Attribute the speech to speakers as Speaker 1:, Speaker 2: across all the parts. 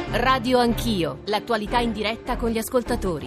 Speaker 1: Radio Anch'io, l'attualità in diretta con gli ascoltatori.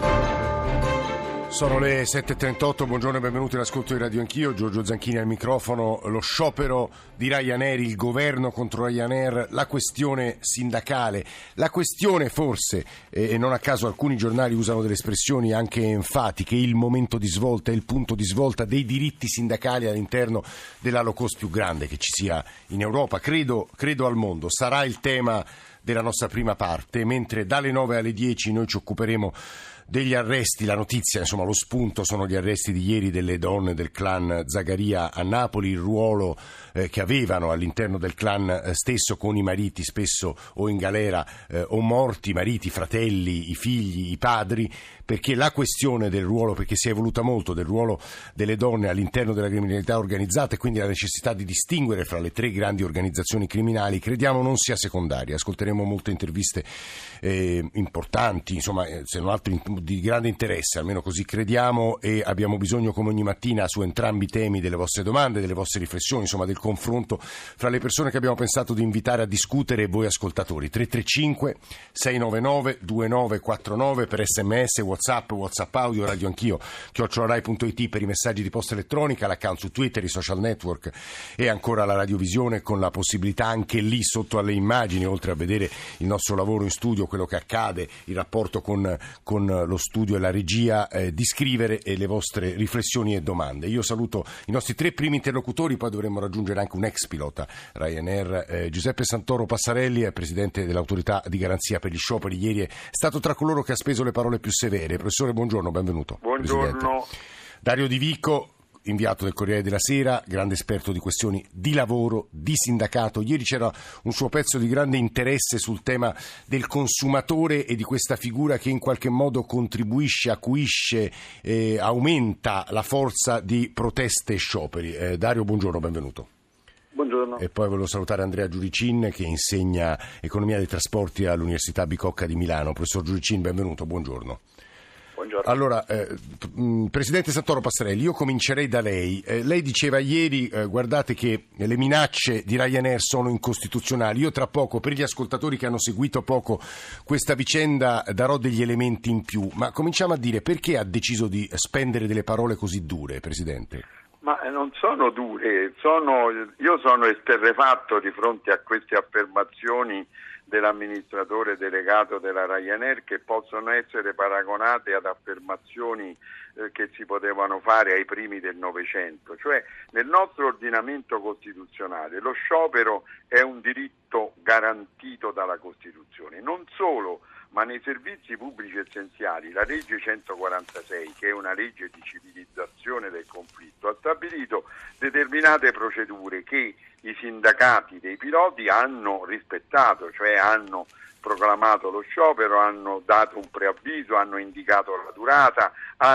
Speaker 2: Sono le 7.38, buongiorno e benvenuti all'ascolto di Radio Anch'io, Giorgio Zanchini al microfono. Lo sciopero di Ryanair, il governo contro Ryanair, la questione sindacale, la questione forse, e non a caso alcuni giornali usano delle espressioni anche enfatiche, il momento di svolta, il punto di svolta dei diritti sindacali all'interno della low cost più grande che ci sia in Europa, credo al mondo. Sarà il tema della nostra prima parte, mentre dalle 9 alle 10 noi ci occuperemo degli arresti. La notizia, insomma, lo spunto sono gli arresti di ieri delle donne del clan Zagaria a Napoli, il ruolo che avevano all'interno del clan stesso, con i mariti spesso o in galera o morti, mariti, fratelli, i figli, i padri, perché la questione del ruolo, perché si è evoluta molto, del ruolo delle donne all'interno della criminalità organizzata e quindi la necessità di distinguere fra le tre grandi organizzazioni criminali, crediamo non sia secondaria. Ascolteremo molte interviste importanti, insomma, se non altro di grande interesse, almeno così crediamo, e abbiamo bisogno come ogni mattina su entrambi i temi delle vostre domande, delle vostre riflessioni, insomma del confronto fra le persone che abbiamo pensato di invitare a discutere e voi ascoltatori. 335 699 2949 per SMS, WhatsApp audio, Radio Anch'io @rai.it per i messaggi di posta elettronica, l'account su Twitter, i social network e ancora la radiovisione, con la possibilità anche lì sotto alle immagini, oltre a vedere il nostro lavoro in studio, quello che accade, il rapporto con lo studio e la regia, di scrivere le vostre riflessioni e domande. Io saluto i nostri tre primi interlocutori, poi dovremmo raggiungere anche un ex pilota Ryanair, Giuseppe Santoro Passarelli, è presidente dell'autorità di garanzia per gli scioperi. Ieri è stato tra coloro che ha speso le parole più severe. Professore, buongiorno, benvenuto.
Speaker 3: Buongiorno.
Speaker 2: Presidente. Dario Di Vico, inviato del Corriere della Sera, grande esperto di questioni di lavoro, di sindacato. Ieri c'era un suo pezzo di grande interesse sul tema del consumatore e di questa figura che in qualche modo contribuisce, acuisce, aumenta la forza di proteste e scioperi. Dario, buongiorno, benvenuto.
Speaker 3: Buongiorno.
Speaker 2: E poi volevo salutare Andrea Giuricin, che insegna economia dei trasporti all'Università Bicocca di Milano. Professor Giuricin, benvenuto, buongiorno. Allora, Presidente Santoro Passarelli, io comincerei da lei. Lei diceva ieri, guardate che le minacce di Ryanair sono incostituzionali. Io tra poco, per gli ascoltatori che hanno seguito poco questa vicenda, darò degli elementi in più. Ma cominciamo a dire, perché ha deciso di spendere delle parole così dure, Presidente?
Speaker 3: Ma non sono dure, io sono esterrefatto di fronte a queste affermazioni dell'amministratore delegato della Ryanair, che possono essere paragonate ad affermazioni che si potevano fare ai primi del Novecento. Cioè, nel nostro ordinamento costituzionale lo sciopero è un diritto garantito dalla Costituzione. Non solo, ma nei servizi pubblici essenziali la legge 146, che è una legge di civilizzazione del conflitto, ha stabilito determinate procedure che i sindacati dei piloti hanno rispettato, cioè hanno proclamato lo sciopero, hanno dato un preavviso, hanno indicato la durata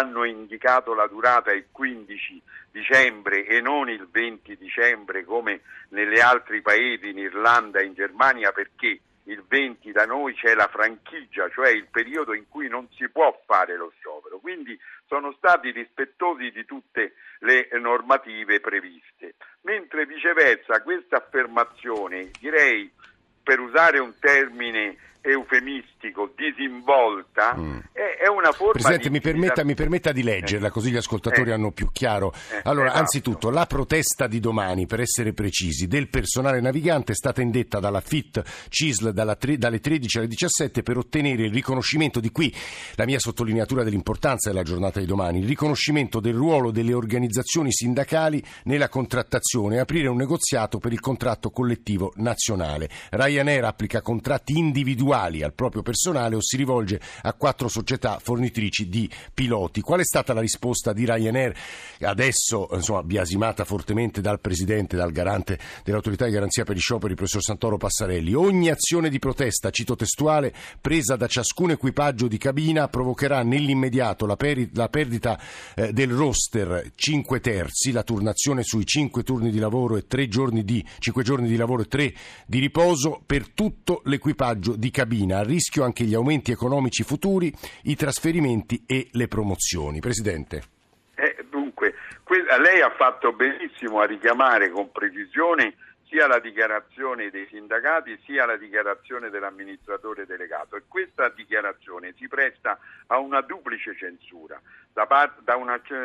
Speaker 3: il 15 dicembre e non il 20 dicembre come nelle altri paesi, in Irlanda e in Germania, perché il 20 da noi c'è la franchigia, cioè il periodo in cui non si può fare lo sciopero. Quindi sono stati rispettosi di tutte le normative previste. Mentre viceversa questa affermazione, direi, per usare un termine eufemistico, disinvolta, è una forma.
Speaker 2: Presidente, mi permetta di leggerla, così gli ascoltatori hanno più chiaro. Allora,
Speaker 3: esatto.
Speaker 2: Anzitutto, la protesta di domani, per essere precisi, del personale navigante è stata indetta dalla FIT CISL dalle 13 alle 17 per ottenere il riconoscimento di qui, la mia sottolineatura dell'importanza della giornata di domani, il riconoscimento del ruolo delle organizzazioni sindacali nella contrattazione e aprire un negoziato per il contratto collettivo nazionale. Ryanair applica contratti individuali al proprio personale o si rivolge a 4 società fornitrici di piloti. Qual è stata la risposta di Ryanair, adesso biasimata fortemente dal Presidente, dal garante dell'autorità di garanzia per gli scioperi, professor Santoro Passarelli? Ogni azione di protesta, cito testuale, presa da ciascun equipaggio di cabina provocherà nell'immediato la perdita del roster 5/3, la turnazione sui 5 turni di lavoro e 5 giorni di lavoro e 3 di riposo per tutto l'equipaggio di cabina. A rischio anche gli aumenti economici futuri, i trasferimenti e le promozioni. Presidente.
Speaker 3: Dunque, lei ha fatto benissimo a richiamare con precisione sia la dichiarazione dei sindacati sia la dichiarazione dell'amministratore delegato, e questa dichiarazione si presta a una duplice censura da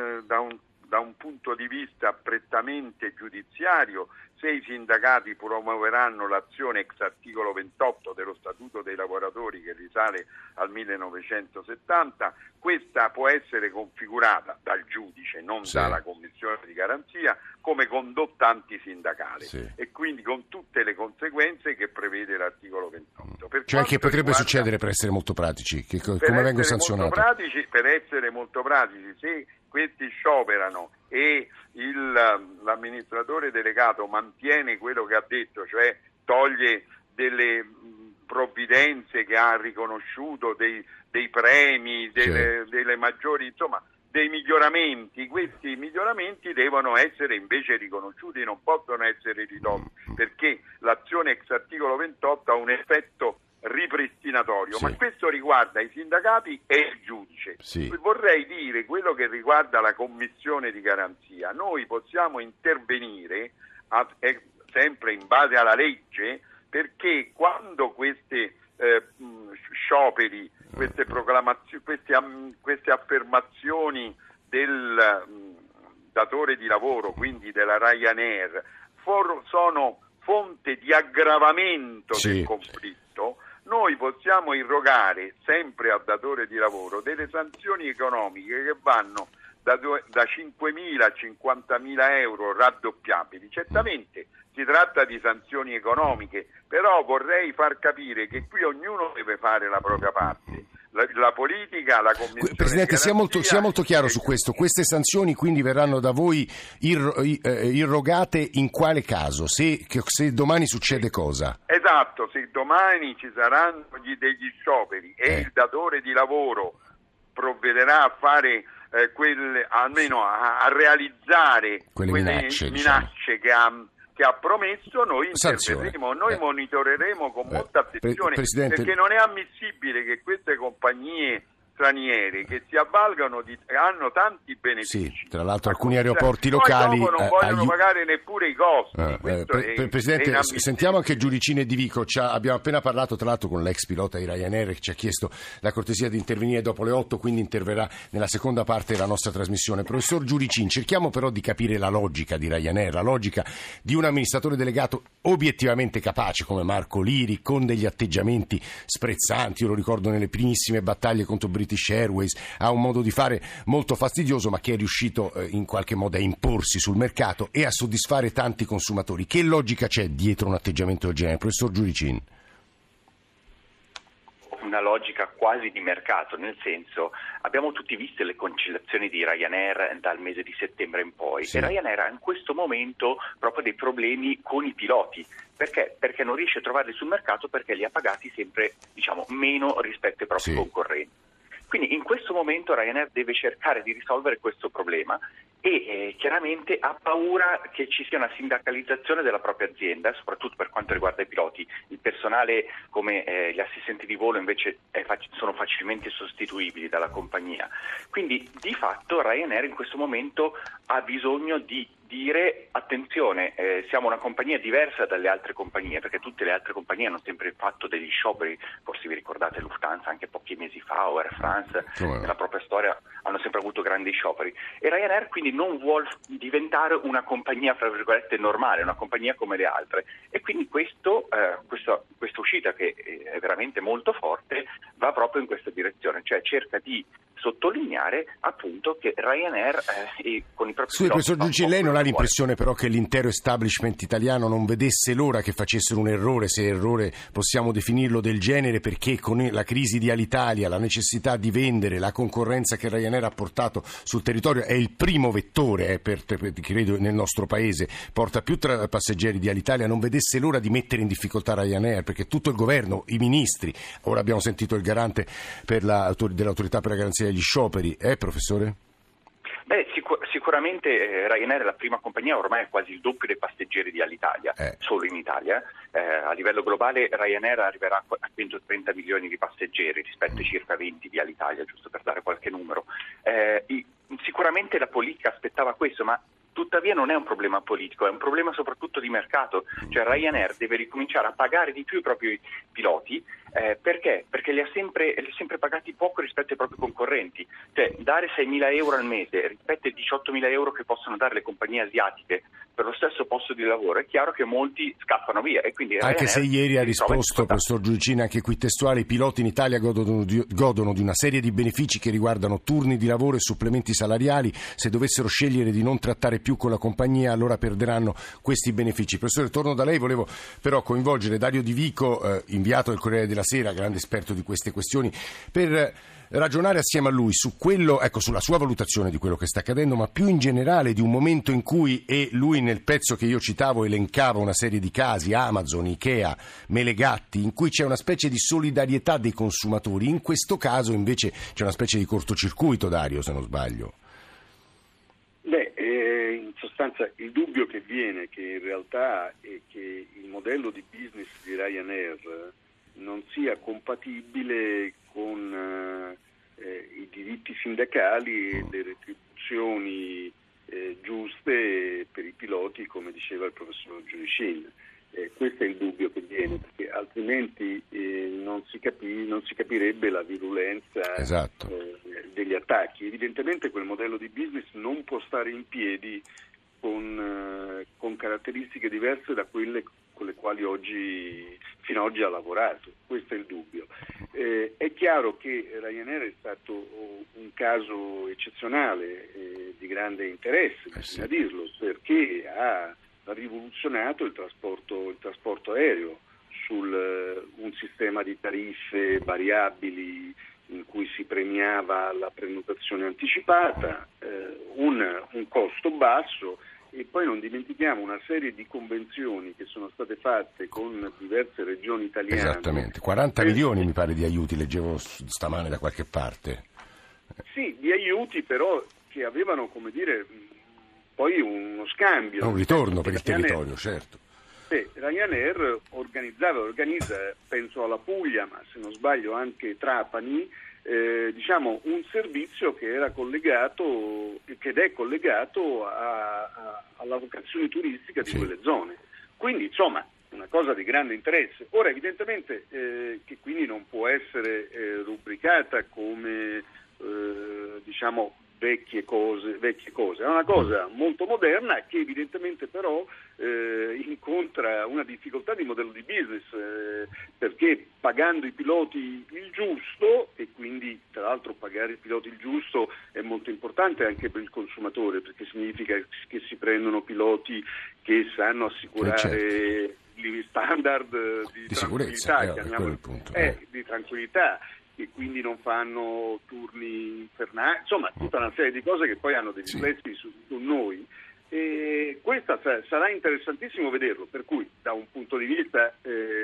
Speaker 3: un punto di vista prettamente giudiziario. Se i sindacati promuoveranno l'azione ex articolo 28 dello Statuto dei lavoratori, che risale al 1970, questa può essere configurata dal giudice, non dalla commissione di garanzia, come condotta antisindacale, e quindi con tutte le conseguenze che prevede l'articolo 28.
Speaker 2: Cioè, che potrebbe succedere, per essere molto pratici? Come vengono sanzionati?
Speaker 3: Per essere molto pratici, se questi scioperano e l'amministratore delegato mantiene quello che ha detto, cioè toglie delle provvidenze che ha riconosciuto, dei premi, delle maggiori, insomma, dei miglioramenti, questi miglioramenti devono essere invece riconosciuti, non possono essere ritolti, perché l'azione ex articolo 28 ha un effetto ripristinatorio, ma questo riguarda i sindacati e il giudice. Vorrei dire quello che riguarda la commissione di garanzia. Noi possiamo intervenire sempre in base alla legge, perché quando questi scioperi, queste proclamazioni, queste affermazioni del datore di lavoro, quindi della Ryanair, sono fonte di aggravamento del conflitto, noi possiamo irrogare sempre al datore di lavoro delle sanzioni economiche che vanno da 5.000 a 50.000 euro raddoppiabili. Certamente si tratta di sanzioni economiche, però vorrei far capire che qui ognuno deve fare la propria parte. La politica, la commissione.
Speaker 2: Presidente, sia molto chiaro su questo. Queste sanzioni quindi verranno da voi irrogate in quale caso? Se domani succede cosa?
Speaker 3: Esatto, se domani ci saranno degli scioperi e il datore di lavoro provvederà a fare almeno a realizzare quelle minacce che ha promesso, noi interverremo, noi monitoreremo con molta attenzione, perché non è ammissibile che queste compagnie straniere che si avvalgano hanno tanti benefici.
Speaker 2: Tra l'altro alcuni aeroporti locali
Speaker 3: dopo non vogliono pagare neppure i costi.
Speaker 2: Presidente, sentiamo anche Giuricini e Di Vico. Abbiamo appena parlato tra l'altro con l'ex pilota di Ryanair, che ci ha chiesto la cortesia di intervenire dopo le 8, quindi interverrà nella seconda parte della nostra trasmissione. Professor Giuricini, cerchiamo però di capire la logica di Ryanair, la logica di un amministratore delegato obiettivamente capace come Marco Liri, con degli atteggiamenti sprezzanti. Io lo ricordo nelle primissime battaglie contro British Airways, ha un modo di fare molto fastidioso, ma che è riuscito in qualche modo a imporsi sul mercato e a soddisfare tanti consumatori. Che logica c'è dietro un atteggiamento del genere, professor Giuricini?
Speaker 4: Una logica quasi di mercato, nel senso, abbiamo tutti visto le conciliazioni di Ryanair dal mese di settembre in poi, e Ryanair ha in questo momento proprio dei problemi con i piloti. Perché? Perché non riesce a trovarli sul mercato, perché li ha pagati sempre, meno rispetto ai propri concorrenti. Quindi in questo momento Ryanair deve cercare di risolvere questo problema e chiaramente ha paura che ci sia una sindacalizzazione della propria azienda, soprattutto per quanto riguarda i piloti. Il personale, come gli assistenti di volo, invece sono facilmente sostituibili dalla compagnia. Quindi di fatto Ryanair in questo momento ha bisogno di dire: attenzione, siamo una compagnia diversa dalle altre compagnie, perché tutte le altre compagnie hanno sempre fatto degli scioperi. Forse vi ricordate Lufthansa anche pochi mesi fa, o Air France, nella propria storia hanno sempre avuto grandi scioperi, e Ryanair quindi non vuole diventare una compagnia fra virgolette normale, una compagnia come le altre, e quindi questa uscita, che è veramente molto forte, va proprio in questa direzione, cioè cerca di sottolineare appunto che Ryanair con i propri
Speaker 2: professor Giudici, lei non ha l'impressione però che l'intero establishment italiano non vedesse l'ora che facessero un errore, se errore possiamo definirlo, del genere, perché con la crisi di Alitalia, la necessità di vendere, la concorrenza che Ryanair ha portato sul territorio, è il primo vettore credo nel nostro paese, porta più passeggeri di Alitalia, non vedesse l'ora di mettere in difficoltà Ryanair, perché tutto il governo, i ministri, ora abbiamo sentito il garante dell'autorità per la garanzia degli scioperi, professore?
Speaker 4: Sicuramente Ryanair è la prima compagnia, ormai è quasi il doppio dei passeggeri di Alitalia, solo in Italia. A livello globale Ryanair arriverà a 130 milioni di passeggeri rispetto ai circa 20 di Alitalia, giusto per dare qualche numero. Sicuramente la politica aspettava questo, ma Tuttavia non è un problema politico, è un problema soprattutto di mercato, cioè Ryanair deve ricominciare a pagare di più i propri piloti, perché? Perché li ha sempre pagati poco rispetto ai propri concorrenti, cioè dare 6.000 euro al mese rispetto ai 18.000 euro che possono dare le compagnie asiatiche per lo stesso posto di lavoro, è chiaro che molti scappano via. E quindi
Speaker 2: anche se ieri ha risposto, professor Giudicini, anche qui testuale: i piloti in Italia godono di una serie di benefici che riguardano turni di lavoro e supplementi salariali. Se dovessero scegliere di non trattare più con la compagnia, allora perderanno questi benefici. Professore, torno da lei, volevo però coinvolgere Dario Di Vico, inviato del Corriere della Sera, grande esperto di queste questioni, per ragionare assieme a lui su quello, sulla sua valutazione di quello che sta accadendo, ma più in generale di un momento in cui, e lui nel pezzo che io citavo elencava una serie di casi, Amazon, Ikea, Melegatti, in cui c'è una specie di solidarietà dei consumatori. In questo caso invece c'è una specie di cortocircuito, Dario, se non sbaglio.
Speaker 5: In sostanza il dubbio che viene che in realtà è che il modello di business di Ryanair non sia compatibile con i diritti sindacali e le retribuzioni giuste per i piloti, come diceva il professor Giudicini. Questo è il dubbio che viene, perché altrimenti non si capirebbe la virulenza,
Speaker 2: esatto,
Speaker 5: degli attacchi. Evidentemente quel modello di business non può stare in piedi con caratteristiche diverse da quelle con le quali fino ad oggi ha lavorato. Questo è il dubbio. È chiaro che Ryanair è stato un caso eccezionale, di grande interesse, bisogna dirlo, perché ha rivoluzionato il trasporto aereo un sistema di tariffe variabili in cui si premiava la prenotazione anticipata, un costo basso, e poi non dimentichiamo una serie di convenzioni che sono state fatte con diverse regioni italiane.
Speaker 2: Esattamente, 40 milioni mi pare di aiuti, leggevo stamane da qualche parte.
Speaker 5: Sì, di aiuti però che avevano, come dire, poi uno scambio.
Speaker 2: Un ritorno per il territorio, certo.
Speaker 5: Ryanair organizza, penso alla Puglia, ma se non sbaglio anche Trapani, un servizio che era collegato, ed è collegato alla vocazione turistica di quelle zone. Quindi insomma una cosa di grande interesse. Ora evidentemente che quindi non può essere rubricata come vecchie cose, è una cosa molto moderna che evidentemente però incontra una difficoltà di modello di business, perché pagando i piloti il giusto, e quindi tra l'altro pagare i piloti il giusto è molto importante anche per il consumatore, perché significa che si prendono piloti che sanno assicurare gli standard di
Speaker 2: sicurezza,
Speaker 5: di tranquillità, e quindi non fanno turni infernali, insomma tutta una serie di cose che poi hanno dei riflessi su noi, e questa sarà interessantissimo vederlo, per cui da un punto di vista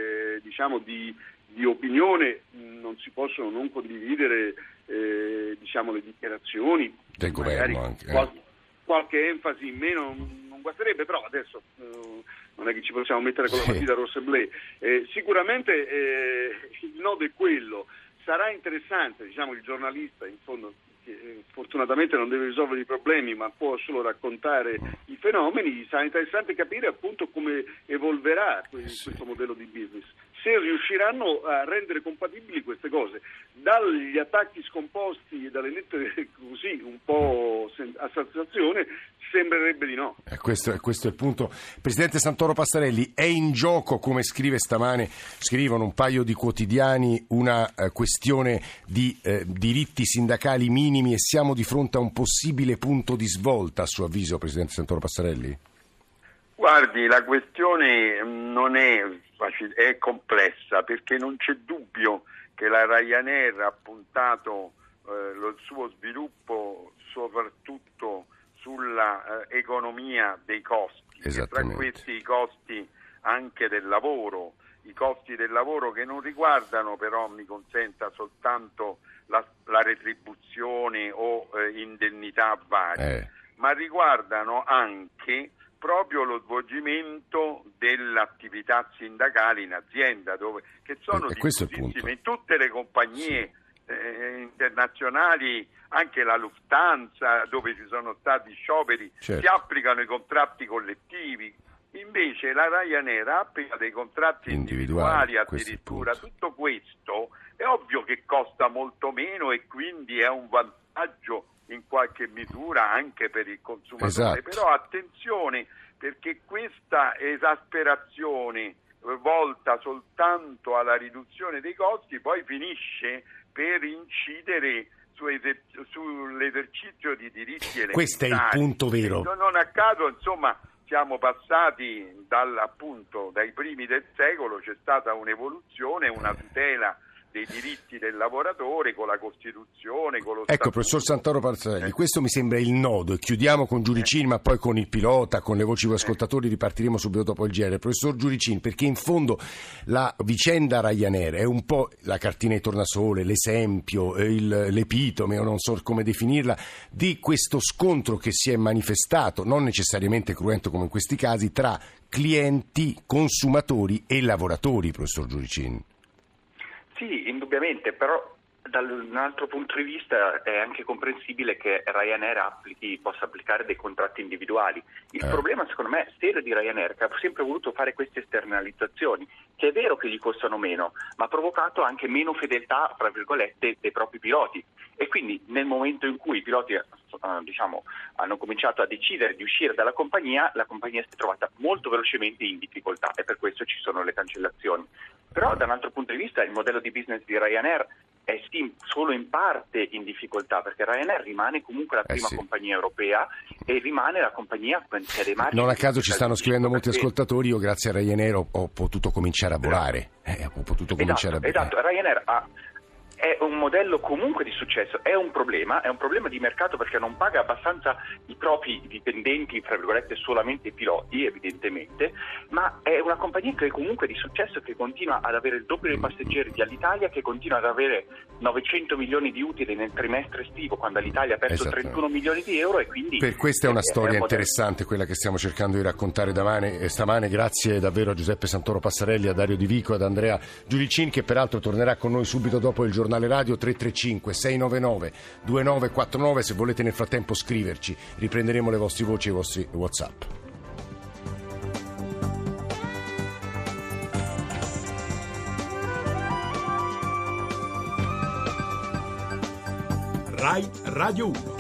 Speaker 5: di opinione non si possono non condividere le dichiarazioni
Speaker 2: del governo, anche
Speaker 5: qualche enfasi in meno non guasterebbe, però adesso non è che ci possiamo mettere con la matita rossa e blu. Sicuramente il nodo è quello. Sarà interessante, il giornalista in fondo che fortunatamente non deve risolvere i problemi ma può solo raccontare i fenomeni, sarà interessante capire appunto come evolverà questo modello di business, se riusciranno a rendere compatibili queste cose. Dagli attacchi scomposti e dalle lettere così un po' a sensazione sembrerebbe di no.
Speaker 2: Questo è il punto. Presidente Santoro Passarelli, è in gioco, come scrivono un paio di quotidiani, una questione di diritti sindacali minimi, e siamo di fronte a un possibile punto di svolta, a suo avviso, Presidente Santoro Passarelli?
Speaker 3: Guardi, la questione non è facile, è complessa, perché non c'è dubbio che la Ryanair ha puntato il suo sviluppo soprattutto sulla economia dei costi, e tra questi i costi anche del lavoro, i costi del lavoro che non riguardano però, mi consenta, soltanto la retribuzione o indennità varie, ma riguardano anche proprio lo svolgimento dell'attività sindacale in azienda, che sono diffusissime in tutte le compagnie internazionali, anche la Lufthansa, dove ci sono stati scioperi,
Speaker 2: certo,
Speaker 3: si applicano i contratti collettivi. Invece la Ryanair applica dei contratti individuali addirittura. Tutto questo è ovvio che costa molto meno e quindi è un vantaggio in qualche misura anche per il consumatore.
Speaker 2: Esatto.
Speaker 3: Però attenzione, perché questa esasperazione volta soltanto alla riduzione dei costi poi finisce per incidere sull'esercizio di diritti elementari.
Speaker 2: Questo è il punto vero.
Speaker 3: Non a caso, insomma, siamo passati dai primi del secolo, c'è stata un'evoluzione, una tutela dei diritti del lavoratore con la Costituzione, con lo
Speaker 2: Ecco, professor Santoro Passarelli, questo mi sembra il nodo, e chiudiamo con Giuricin, ma poi con il pilota, con le voci degli ascoltatori ripartiremo subito dopo il GR. Professor Giuricin, perché in fondo la vicenda Ryanair è un po' la cartina di tornasole, l'esempio, l'epitome, o non so come definirla, di questo scontro che si è manifestato, non necessariamente cruento come in questi casi, tra clienti, consumatori e lavoratori, professor Giuricin.
Speaker 4: Sì, indubbiamente, però da un altro punto di vista è anche comprensibile che Ryanair possa applicare dei contratti individuali. Il problema, secondo me, serio di Ryanair, che ha sempre voluto fare queste esternalizzazioni, che è vero che gli costano meno, ma ha provocato anche meno fedeltà, fra virgolette, dei propri piloti. E quindi nel momento in cui i piloti hanno cominciato a decidere di uscire dalla compagnia, la compagnia si è trovata molto velocemente in difficoltà e per questo ci sono le cancellazioni. Però da un altro punto di vista il modello di business di Ryanair è solo in parte in difficoltà, perché Ryanair rimane comunque la prima compagnia europea e rimane la compagnia che ha dei margini.
Speaker 2: Non a caso ci stanno scrivendo molti ascoltatori, io grazie a Ryanair ho potuto cominciare a volare.
Speaker 4: Esatto, Ryanair è un modello comunque di successo, è un problema di mercato perché non paga abbastanza i propri dipendenti, fra virgolette solamente i piloti evidentemente, ma è una compagnia che è comunque di successo, che continua ad avere il doppio dei passeggeri di Alitalia, che continua ad avere 900 milioni di utili nel trimestre estivo quando l'Italia ha perso 31 milioni di euro, e quindi
Speaker 2: per questa è una storia interessante quella che stiamo cercando di raccontare stamane. Grazie davvero a Giuseppe Santoro Passarelli, a Dario Di Vico, ad Andrea Giuricin, che peraltro tornerà con noi subito dopo il giornale radio. 335 699 2949, se volete nel frattempo scriverci, riprenderemo le vostre voci e i vostri WhatsApp.
Speaker 6: Rai Radio 1.